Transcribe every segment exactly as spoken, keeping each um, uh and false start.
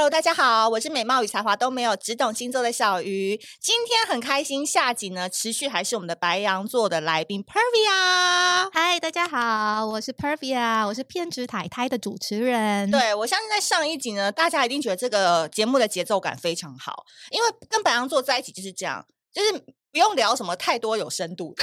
Hello， 大家好，我是美貌与才华都没有，只懂星座的小鱼。今天很开心，下集呢持续还是我们的白羊座的来宾 Pervia。 嗨，大家好，我是 Pervia， 我是偏执台台的主持人。 对，我相信在上一集呢，大家一定觉得这个节目的节奏感非常好，因为跟白羊座在一起就是这样，就是不用聊什么太多有深度的。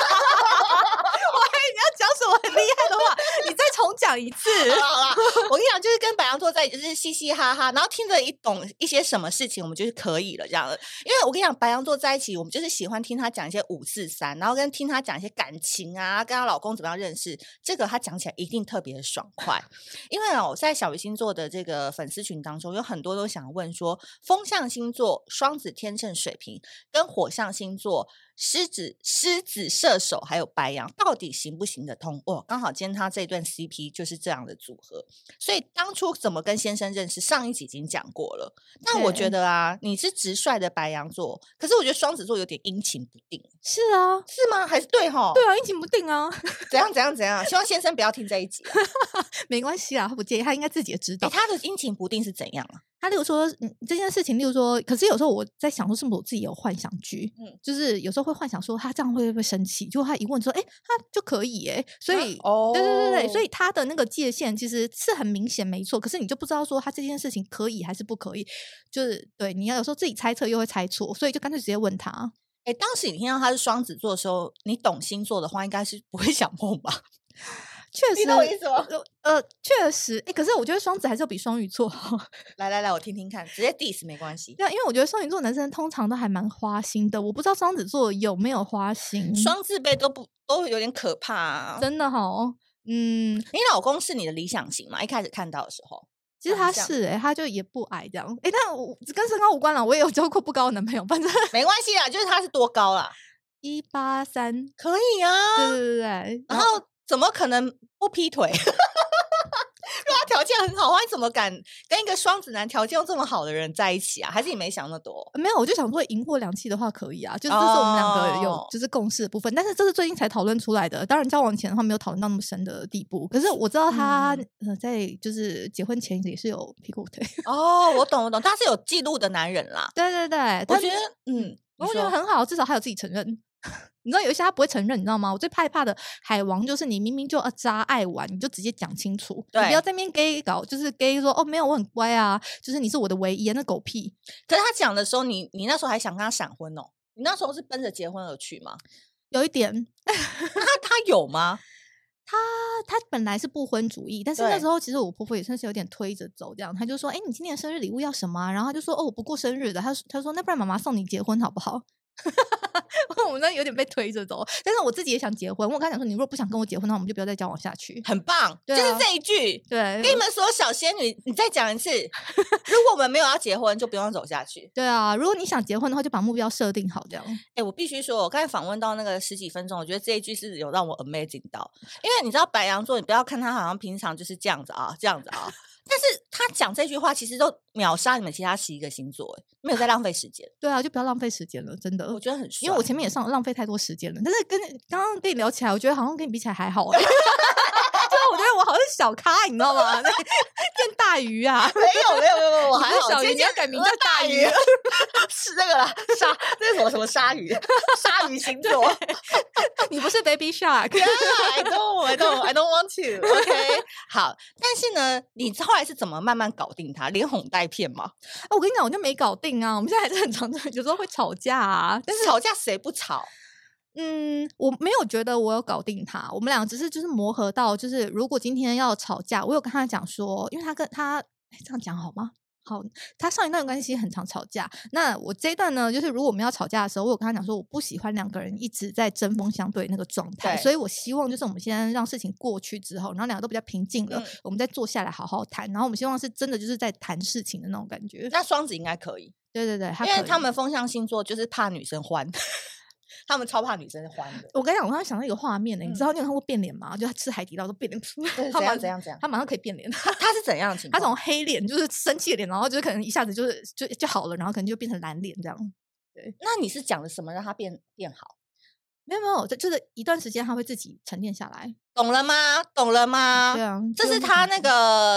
你要讲什么很厉害的话，你再重讲一次。 好啦好啦，我跟你讲，就是跟白羊座在一起，就是嘻嘻哈哈，然后听着一懂一些什么事情，我们就是可以了这样的。因为我跟你讲，白羊座在一起，我们就是喜欢听他讲一些五四三，然后跟听他讲一些感情啊，跟她老公怎么样认识，这个他讲起来一定特别的爽快。因为哦，在小鱼星座的这个粉丝群当中，有很多都想问说，风象星座双子、天秤、水瓶，跟火象星座狮子、狮子、射手还有白羊，到底行不行得通？哦，刚好今天他这段 C P 就是这样的组合，所以当初怎么跟先生认识，上一集已经讲过了。那我觉得啊，你是直率的白羊座，可是我觉得双子座有点阴晴不定。 是啊， 是吗？还是对齁？ 对啊，阴晴不定啊。 怎样怎样怎样？希望先生不要听这一集啊。 没关系啦，他不介意，他应该自己也知道。 欸，他的阴晴不定是怎样啊？ 他例如说、嗯、这件事情，例如说，可是有时候我在想说，是不是我自己有幻想剧？嗯，就是有时候会幻想说他这样会不会生气？就他一问说，哎、欸，他就可以哎、欸，所以、啊哦、对对对对，所以他的那个界限其实是很明显，没错。可是你就不知道说他这件事情可以还是不可以，就是对你要有时候自己猜测又会猜错，所以就干脆直接问他。 哎、欸，当时你听到他是双子座的时候，你懂星座的话，应该是不会想碰吧？ 确实， 你懂我意思吗？ 呃，确实，哎，可是我觉得双子还是有比双鱼座好。 来来来，我听听看，直接 diss 没关系。 对啊，因为我觉得双鱼座男生通常都还蛮花心的，我不知道双子座有没有花心。 双字辈都不都有点可怕啊， 真的齁。嗯， 你老公是你的理想型吗？一开始看到的时候， 其实他是哎、欸，他就也不矮这样。哎、欸，但我跟身高无关啦，我也有交过不高的男朋友，反正没关系啦，就是他是多高啦？ 一八三， 可以啊。 对对对对， 然后怎么可能不劈腿？如果他条件很好的话，你怎么敢跟一个双子男条件又这么好的人在一起啊？还是你没想那么多？ 没有，我就想说赢过两期的话可以啊，就是这是我们两个有就是共识的部分，但是这是最近才讨论出来的。当然交往前的话没有讨论到那么深的地步，可是我知道他、嗯呃、在就是结婚前也是有劈过腿。 哦，我懂我懂，他是有记录的男人啦。 对对对， 我觉得嗯， 我觉得很好，至少他有自己承认。你知道有一些他不会承认，你知道吗？我最害怕的海王就是你明明就要渣爱玩，你就直接讲清楚，你不要在那边 gay 搞，就是 gay 说哦没有我很乖啊，就是你是我的唯一，那狗屁。 可是他讲的时候，你你那时候还想跟他闪婚哦？你那时候是奔着结婚而去吗？ 有一点。 那他他有吗？ 他他本来是不婚主义，但是那时候其实我婆婆也算是有点推着走，这样他就说：“哎、欸，你今年生日礼物要什么、啊？”然后他就说：“哦，我不过生日的。”他他说：“那不然妈妈送你结婚好不好？”我们那有点被推着走，但是我自己也想结婚。我跟他讲说，你如果不想跟我结婚的话，我们就不要再交往下去。 很棒， 对啊、 就是这一句。 对， 跟你们所有小仙女，你再讲一次。如果我们没有要结婚，就不用走下去。 对啊，如果你想结婚的话，就把目标设定好，这样。 哎、欸，我必须说，我刚才访问到那个十几分钟，我觉得这一句是有让我 amazing 到，因为你知道白羊座，你不要看他好像平常就是这样子啊，这样子啊。但是他讲这句话，其实都秒杀你们其他十一个星座，没有在浪费时间。 对啊，就不要浪费时间了，真的。 我觉得很帅， 因为我前面也上浪费太多时间了。但是跟刚刚跟你聊起来，我觉得好像跟你比起来还好哎、欸。就是我觉得我好像是小咖，你知道吗？变大鱼啊？ 没有没有没有没有，我还好。 小鱼，你要改名叫大鱼， 是那个啦，鲨，那是什么什么鲨鱼？鲨鱼星座。 你不是 Baby Shark？ Yeah, I don't, I don't, I don't want to. OK， 好。但是呢，你后来是怎么慢慢搞定他？连哄带骗吗？ 啊，我跟你讲，我就没搞定啊。我们现在还是很常，有时候会吵架啊。但是吵架谁不吵？ 嗯，我没有觉得我有搞定他，我们两个只是就是磨合到，就是如果今天要吵架，我有跟他讲说，因为他跟他这样讲好吗？好，他上一段关系很常吵架，那我这一段呢，就是如果我们要吵架的时候，我有跟他讲说，我不喜欢两个人一直在针锋相对那个状态，所以我希望就是我们先让事情过去之后，然后两个都比较平静了、嗯，我们再坐下来好好谈，然后我们希望是真的就是在谈事情的那种感觉。 那双子应该可以， 对对对， 因为他们风象星座就是怕女生欢。他们超怕女生欢的。 我跟你讲，我刚才想到一个画面呢、欸嗯，你知道你有看过变脸吗？就他吃海底捞都变脸出来， 他马上怎样怎样， 他马上可以变脸。 他是怎样的情况？ 他从黑脸就是生气的脸，然后就是可能一下子就是就就好了，然后可能就变成蓝脸这样。对， 那你是讲的什么让他变变好？ 没有没有，就是一段时间他会自己沉淀下来， 懂了吗？懂了吗？ 对啊， 这是他那个。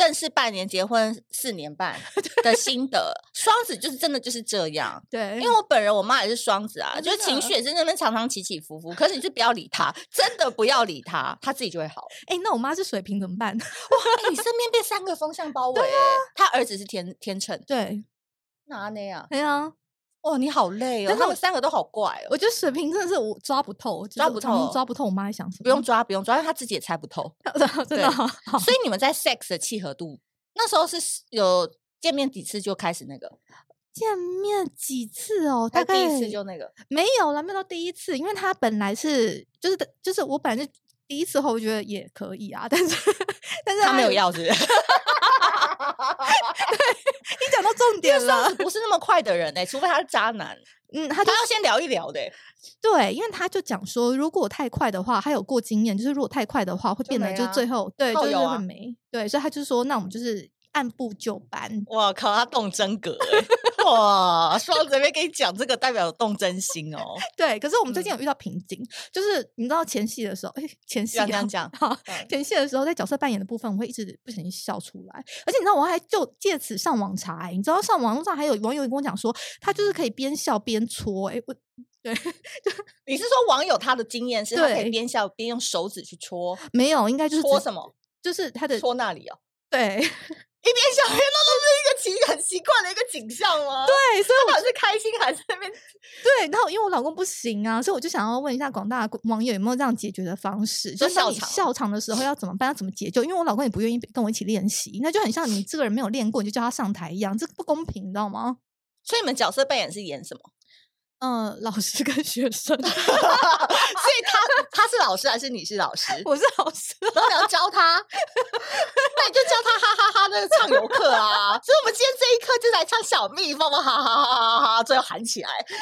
认识半年，结婚四年半的心得。双子就是真的就是这样， 对， 因为我本人我妈也是双子啊， 哦就是情绪也是在那边常常起起伏伏。可是你就不要理她，真的不要理她，她自己就会好。 哎、那我妈是水瓶怎么办？ 哇，欸、你身边被三个风向包围、欸，他儿子是天天秤， 对， 哪那样？ 对啊， 哇，你好累哦， 但是他们三个都好怪哦。 我觉得水瓶真的是我抓不透，就是抓不我常常透抓不透我妈在想什么。 不用抓，不用抓，因为他自己也猜不透。 真的好好所以你们在 sex 的契合度，那时候是有见面几次就开始那个， 见面几次哦， 他大概第一次就那个， 没有啦，没有到第一次，因为他本来是就是就是我本来就第一次后我觉得也可以啊，但是但是他没有要，是不是？ 你讲到重点了， 不是那么快的人哎、欸，除非他是渣男， 嗯，他就他要先聊一聊的、欸。 对，因为他就讲说，如果太快的话，他有过经验，就是如果太快的话，会变得就是最后对，就是会没对，所以他就说，那我们就是按部就班。 哇靠，他动真格哎、欸！哇，双子没跟你讲这个，代表有动真心哦。 对，可是我们最近有遇到瓶颈，嗯、就是你知道前戏的时候，哎，前戏要这样讲， 前戏的时候，在角色扮演的部分，我会一直不小心笑出来，而且你知道，我还就借此上网查、欸，你知道上网络上还有网友跟我讲说，他就是可以边笑边搓，哎，我。对， 你是说网友他的经验是他可以边笑边用手指去戳？ 没有，应该就是戳什么？ 就是他的戳那里哦。 对， 一边笑边那都是一个奇很奇怪的一个景象吗？ 对，所以我是开心还是那边？ 对，然后因为我老公不行啊，所以我就想要问一下广大网友有没有这样解决的方式？就是当你笑场的时候要怎么办？要怎么解救？因为我老公也不愿意跟我一起练习，那就很像你这个人没有练过，你就叫他上台一样，这不公平，你知道吗？ 所以你们角色扮演是演什么？ 嗯，老师跟学生，所以他他是老师还是你是老师？ 我是老师， 然后你要教他，那你就教他哈哈哈那个唱游课啊。所以我们今天这一课就来唱小蜜蜂，哈哈哈哈哈哈，最后喊起来。我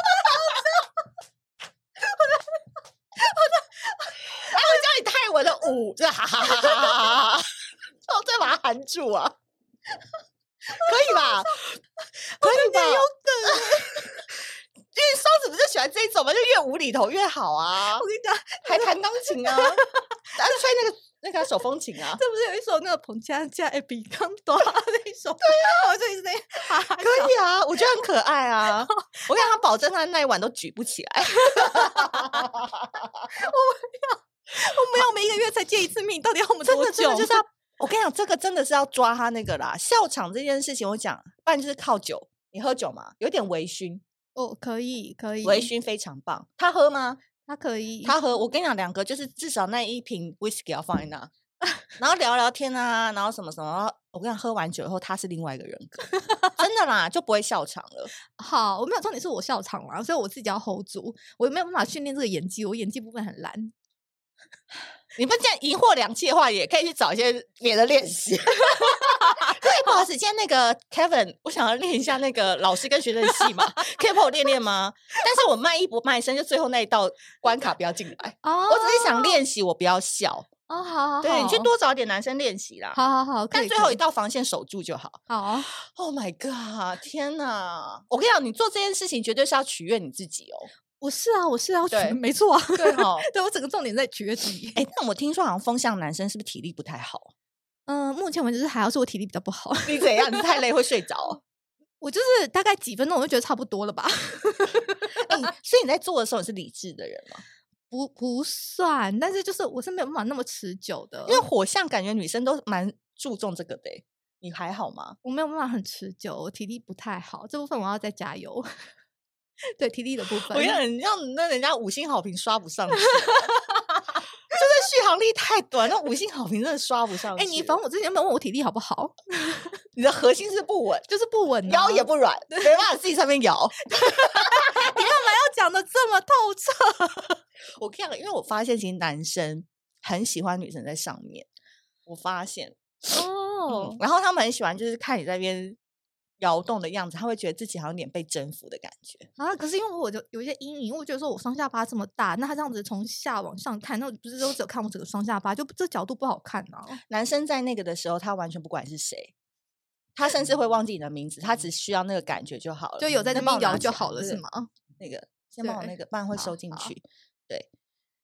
的，哎，我教你泰文的舞，就哈哈哈哈哈哈，然后再把它喊住啊，可以吧？可以吧？有梗。因为双子不就喜欢这一种嘛，就越无厘头越好啊！ 我跟你讲， 还弹钢琴啊，还吹那个那个手风琴啊。 这不是有一首那个彭佳佳《比刚多》那一首？对啊，我就一直在哈哈。 可以啊，我觉得很可爱啊。我跟他保证，他那一晚都举不起来。 我没有，我没有，每一个月才见一次面，到底要我们多久？ 真的就是要，我跟你讲，这个真的是要抓他那个啦。笑场这件事情，我讲，不然就是靠酒。你喝酒吗？有点微醺。 哦，可以，可以， 微醺非常棒。他喝吗？ 他可以， 他喝。我跟你讲，两个就是至少那一瓶 whisky 要放在那，然后聊聊天啊，然后什么什么。我跟你讲，喝完酒以后，他是另外一个人格，真的啦，就不会笑场了。 好，我没有重点是我笑场嘛，所以我自己要 hold 住，我没有办法训练这个演技，我演技部分很烂。 你们这样疑惑两气的话，也可以去找一些别的练习。对，不好意思，今天那个 Kevin， 我想要练一下那个老师跟学生的戏嘛，可以帮我练练吗？但是我卖艺不卖身，就最后那一道关卡不要进来。哦，我只是想练习，我不要笑。 哦，好好好， 对，你去多找点男生练习啦。 好好好， 但最后一道防线守住就好。 好 ，Oh my god， 天哪！我跟你讲，你做这件事情绝对是要取悦你自己哦。 我是啊，我是啊，对，没错啊， 对哈， 对我整个重点在取悦自己。 哎，那我听说好像风象男生是不是体力不太好？ 嗯，目前为止是还好，是我体力比较不好。 你怎样？你太累会睡着？ 我就是大概几分钟我就觉得差不多了吧。 哎，所以你在做的时候你是理智的人吗？ 不不算，但是就是我是没有办法那么持久的， 因为火象感觉女生都蛮注重这个的。你还好吗？ 我没有办法很持久，我体力不太好，这部分我要再加油。对体力的部分， 我让人让那人家五星好评刷不上去，就是续航力太短，那五星好评真的刷不上去。 哎、欸，你反正我之前有没有问我体力好不好？ 你的核心是不稳， 就是不稳、啊， 腰也不软，没办法自己上面摇。 你干嘛要讲的这么透彻？ 我看了，因为我发现其实男生很喜欢女生在上面，我发现哦、嗯，然后他们很喜欢就是看你在那边摇动的样子，他会觉得自己好像有点被征服的感觉啊。可是因为我就有一些阴影，我觉得说我双下巴这么大，那他这样子从下往上看，那不是都只有看我整个双下巴，就这角度不好看啊。 男生在那个的时候，他完全不管是谁，他甚至会忘记你的名字，他只需要那个感觉就好了， 就有在那边摇就好了，是吗？ 那个先帮我那个，不然会收进去。对，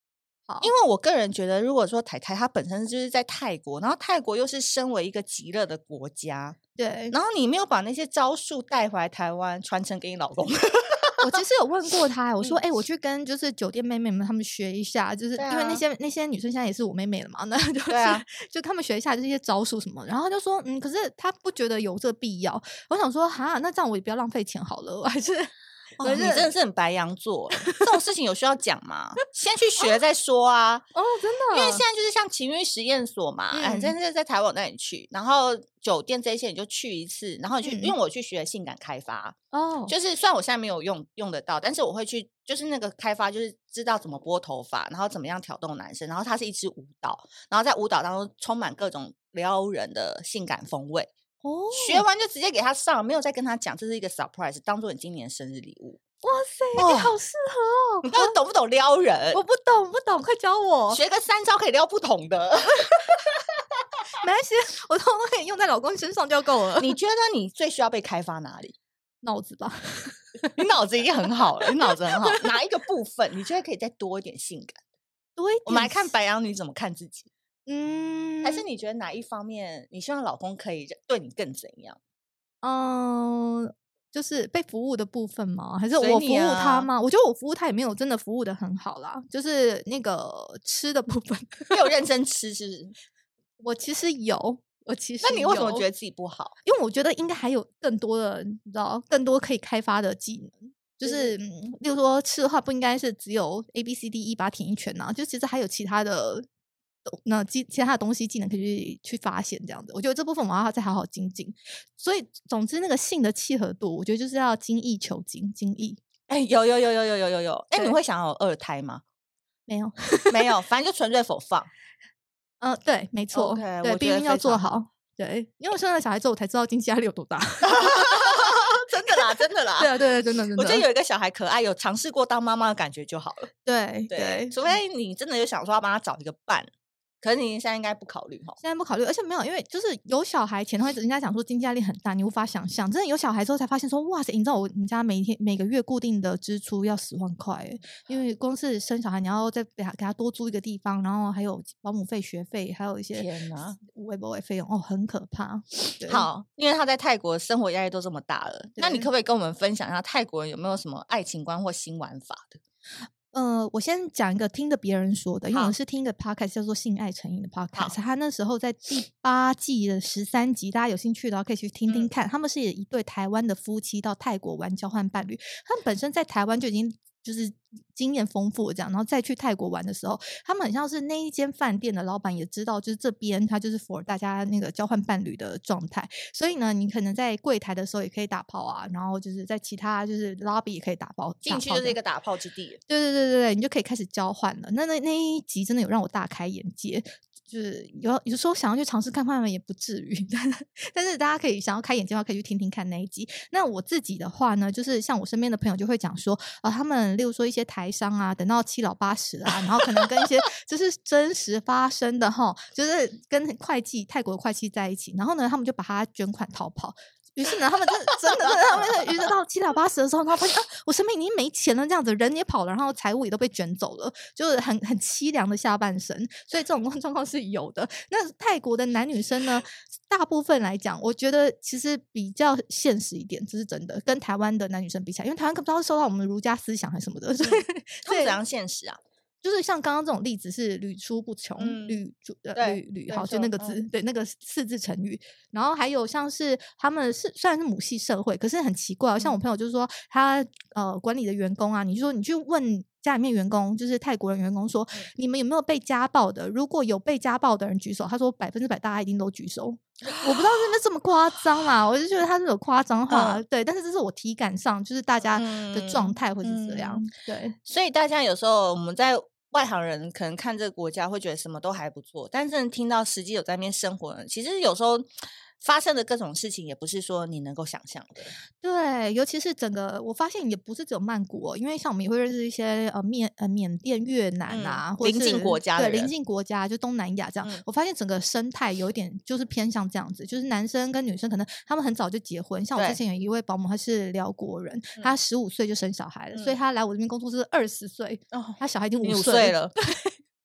因为我个人觉得，如果说台台它本身就是在泰国，然后泰国又是身为一个极乐的国家， 对， 然后你没有把那些招数带回来台湾传承给你老公。 我其实有问过他，我说：“哎、欸，我去跟就是酒店妹妹们他们学一下，就是因为那些、啊、那些女生现在也是我妹妹了嘛，那就是、啊、就他们学一下这些招数什么。”然后他就说：“嗯，可是他不觉得有这必要。”我想说：“哈，那这样我也不要浪费钱好了，我还是。” 哦，你真的是很白羊座，这种事情有需要讲吗？先去学再说啊！ 哦，真的， 因为现在就是像情欲实验所嘛，反正就是在台湾那里去，然后酒店这些你就去一次，然后你去，嗯、因为我去学性感开发哦，就是虽然我现在没有用用得到，但是我会去，就是那个开发，就是知道怎么拨头发，然后怎么样挑动男生，然后它是一支舞蹈，然后在舞蹈当中充满各种撩人的性感风味。哦，学完就直接给他上，没有再跟他讲，这是一个 surprise， 当做你今年生日礼物。 哇塞，你、哦欸、好适合哦！ 你到底懂不懂撩人？ 我不懂，我不懂，快教我。 学个三招可以撩不同的， 没关系，我通通都可以用在老公身上就够了。 你觉得你最需要被开发哪里？ 脑子吧。 你脑子已经很好了，你脑子很好，哪一个部分你觉得可以再多一点性感？ 多一点。 我们来看白羊女怎么看自己。嗯，还是你觉得哪一方面你希望老公可以对你更怎样？ 嗯，就是被服务的部分吗？还是我服务他吗？啊、我觉得我服务他也没有真的服务的很好啦，就是那个吃的部分， 没有认真吃是不是？ 我其实有，我其实那你为什么觉得自己不好？ 因为我觉得应该还有更多的，你知道，更多可以开发的技能。就是，嗯、例如说吃的话，不应该是只有 A B C D E 把它填一圈啊，就其实还有其他的。那其其他的东西技能可以去去发现这样子，我觉得这部分我要再好好精进。所以总之那个性的契合度，我觉得就是要精益求精，精益。 哎、欸，有有有有有有有有，哎、欸，你会想要有二胎吗？ 没有， 没有，反正就纯粹否放。 嗯、呃，对，没错， okay, 对，避孕要做好。对，因为我生了小孩之后，我才知道经济压力有多大。 真的啦，真的啦， 对啊，对，真的，真的。 我觉得有一个小孩可爱，有尝试过当妈妈的感觉就好了。 对对, 对， 除非你真的有想说要帮他找一个伴。可是你现在应该不考虑哈？ 现在不考虑，而且没有，因为就是有小孩前，会人家讲说经济压力很大，你无法想象。真的有小孩之后才发现说，哇塞，你知道我们家每天每个月固定的支出要十万块，因为光是生小孩，你要再给他给他多租一个地方，然后还有保姆费、学费，还有一些天哪， 微博费用哦，很可怕。 好，因为他在泰国生活压力都这么大了，那你可不可以跟我们分享一下泰国人有没有什么爱情观或新玩法的？ 呃，我先讲一个听的别人说的，因为我是听一个 podcast 叫做《性爱成瘾》的 podcast， 他那时候在第八季的十三集，大家有兴趣的话可以去听听看。嗯、他们是一对台湾的夫妻到泰国玩交换伴侣，他们本身在台湾就已经就是经验丰富这样，然后再去泰国玩的时候，他们很像是那一间饭店的老板也知道，就是这边他就是 for 大家那个交换伴侣的状态，所以呢，你可能在柜台的时候也可以打炮啊，然后就是在其他就是 lobby 也可以打炮， 进去就是一个打炮之地。 对对对对对，你就可以开始交换了。那那那一集真的有让我大开眼界。就是有有时候想要去尝试看看也不至于，但是大家可以想要开眼界的话，可以去听听看那一集。那我自己的话呢，就是像我身边的朋友就会讲说，呃，他们例如说一些台商啊，等到七老八十啊，然后可能跟一些就是真实发生的哈，就是跟会计泰国的会计在一起，然后呢，他们就把他卷款逃跑。于是呢，他们真的真的，他们于是到七老八十的时候，然后发现啊，我身边已经没钱了，这样子人也跑了，然后财务也都被卷走了，就是很很凄凉的下半生。所以这种状况是有的。那泰国的男女生呢，大部分来讲，我觉得其实比较现实一点，这是真的，跟台湾的男女生比起来，因为台湾可不知道受到我们儒家思想还是什么的，所以他们怎样现实啊？ 就是像刚刚这种例子是屡出不穷， 嗯、 屡呃屡屡好，就那个字，嗯、对那个四字成语。然后还有像是他们是虽然是母系社会，可是很奇怪、哦，像我朋友就是说他呃管理的员工啊，你就说你去问家里面员工，就是泰国人员工说、嗯、你们有没有被家暴的？如果有被家暴的人举手，他说百分之百大家一定都举手。我不知道是不是这么夸张啦，我就觉得他是有夸张化、嗯，对，但是这是我体感上就是大家的状态会是这样、嗯嗯，对， 所以大家有时候我们在外行人可能看这个国家会觉得什么都还不错，但是听到实际有在那边生活的人，其实有时候发生的各种事情也不是说你能够想象的。 对，尤其是整个我发现也不是只有曼谷、哦、因为像我们也会认识一些呃缅呃缅甸、越南啊， 嗯、 或者邻近国家的人， 对邻近国家就东南亚这样、嗯，我发现整个生态有一点就是偏向这样子，就是男生跟女生可能他们很早就结婚，像我之前有一位保姆，他是辽国人，他十五岁就生小孩了、嗯，所以他来我这边工作是二十岁，哦，他小孩已经五岁了。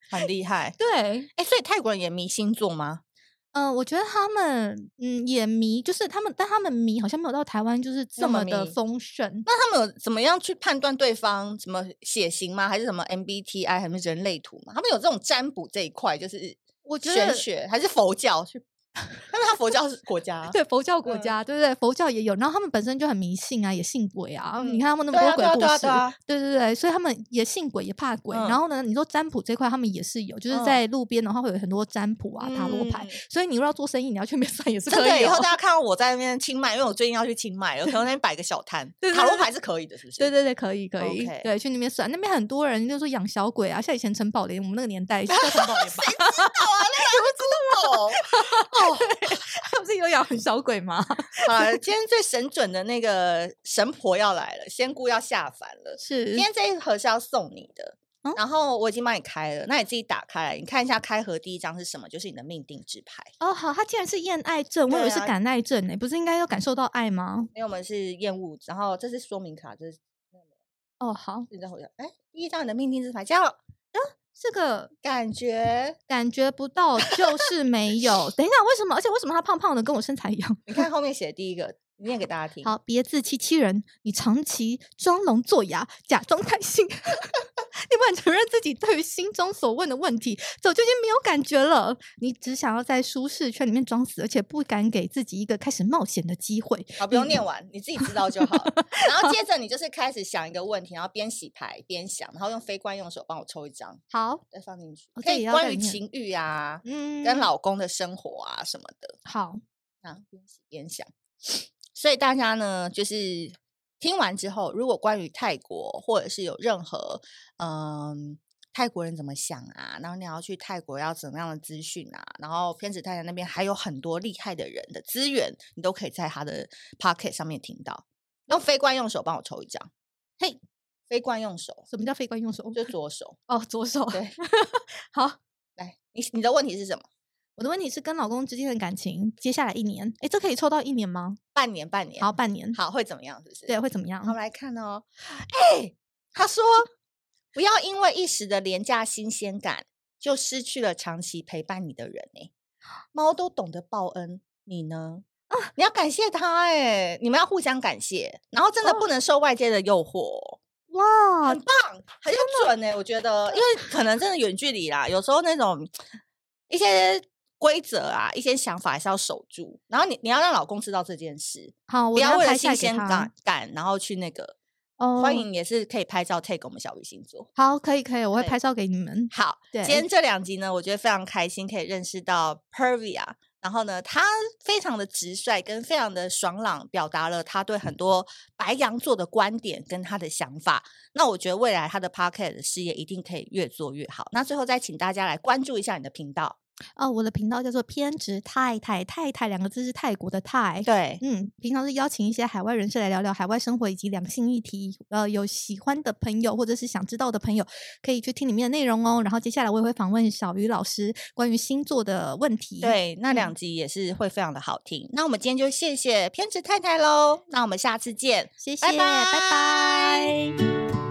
很厉害。 对， 哎，所以泰国人也迷星座吗？ 嗯、呃，我觉得他们嗯也迷，就是他们，但他们迷好像没有到台湾就是这么的丰盛。 那他们有怎么样去判断对方什么血型吗？还是什么 M B T I 还是人类图吗？他们有这种占卜这一块，就是我觉得玄学还是佛教去？因为他佛教是国家， 对佛教国家，嗯、对不对？佛教也有，然后他们本身就很迷信啊，也信鬼啊。嗯、你看他们那么多鬼故事， 对啊对对对，所以他们也信鬼，也怕鬼。嗯、然后呢，你说占卜这块，他们也是有，就是在路边的话会有很多占卜啊、塔罗牌。嗯、所以你如果要做生意，你要去那边算也是可以、哦。 真的，以后大家看到我在那边清迈，因为我最近要去清迈了，可能那边摆个小摊，塔罗牌是可以的，是不是？ 对对对，可以可以。 Okay. 对，去那边算，那边很多人就说养小鬼啊，像以前陈宝莲，我们那个年代叫陈宝莲吧？ 谁知道啊？那个不知道哦。 他不是有养小鬼吗？ 好，今天最神准的那个神婆要来了，仙姑要下凡了。 是， 今天这一盒是要送你的，嗯、然后我已经帮你开了，那你自己打开来，你看一下开盒第一张是什么，就是你的命定之牌。 哦，好，它竟然是厌爱症，我以为是感爱症呢、欸，不是应该要感受到爱吗？ 因为我们是厌恶，然后这是说明卡，这是哦，好， 你再回来，哎，第一张你的命定之牌叫。 这个感觉感觉不到，就是没有。等一下，为什么？而且为什么他胖胖的，跟我身材一样？ 你看后面写的第一个，你念给大家听。 好，别自欺欺人，你长期装聋作哑，假装开心，你不敢承认自己对于心中所问的问题，早就已经没有感觉了。你只想要在舒适圈里面装死，而且不敢给自己一个开始冒险的机会。 好，不用念完，你自己知道就好了。然后接着你就是开始想一个问题，然后边洗牌边想，然后用非惯用手帮我抽一张。 好， 再放进去。可以关于情欲啊，嗯，跟老公的生活啊什么的。 好， 啊，边洗边想。所以大家呢，就是听完之后，如果关于泰国或者是有任何嗯泰国人怎么想啊，然后你要去泰国要怎么样的资讯啊，然后偏执太太那边还有很多厉害的人的资源，你都可以在他的 Pocket 上面听到。用非惯用手帮我抽一张，嘿，非惯用手， 什么叫非惯用手？ 就左手哦，左手。 对， 好， 来，你你的问题是什么？ 我的问题是跟老公之间的感情，接下来一年，哎，这可以抽到一年吗？ 半年，半年。 好，半年。 好，会怎么样？是不是？ 对，会怎么样？ 我们来看哦。哎，他说不要因为一时的廉价新鲜感，就失去了长期陪伴你的人。哎，猫都懂得报恩，你呢？啊，你要感谢他哎，你们要互相感谢，然后真的不能受外界的诱惑。 哇， 很棒，很有准哎，我觉得，因为可能真的远距离啦，有时候那种一些规则啊，一些想法还是要守住，然后你你要让老公知道这件事， 好， 不要为了新鲜感感，然后去那个。哦，欢迎也是可以拍照 take 我们小鱼星座。 好，可以可以，我会拍照给你们。 好，今天这两集呢，我觉得非常开心，可以认识到 Pervia。然后呢，他非常的直率，跟非常的爽朗，表达了他对很多白羊座的观点跟他的想法。那我觉得未来他的 Podcast 的事业一定可以越做越好。那最后再请大家来关注一下你的频道。 哦，我的频道叫做偏执太太，太太两个字是泰国的泰。 对， 嗯，平常是邀请一些海外人士来聊聊海外生活以及两性议题。呃，有喜欢的朋友或者是想知道的朋友，可以去听里面的内容哦。然后接下来我也会访问小鱼老师关于星座的问题。 对，那两集也是会非常的好听。嗯、那我们今天就谢谢偏执太太喽。那我们下次见， 谢谢，拜拜。拜拜。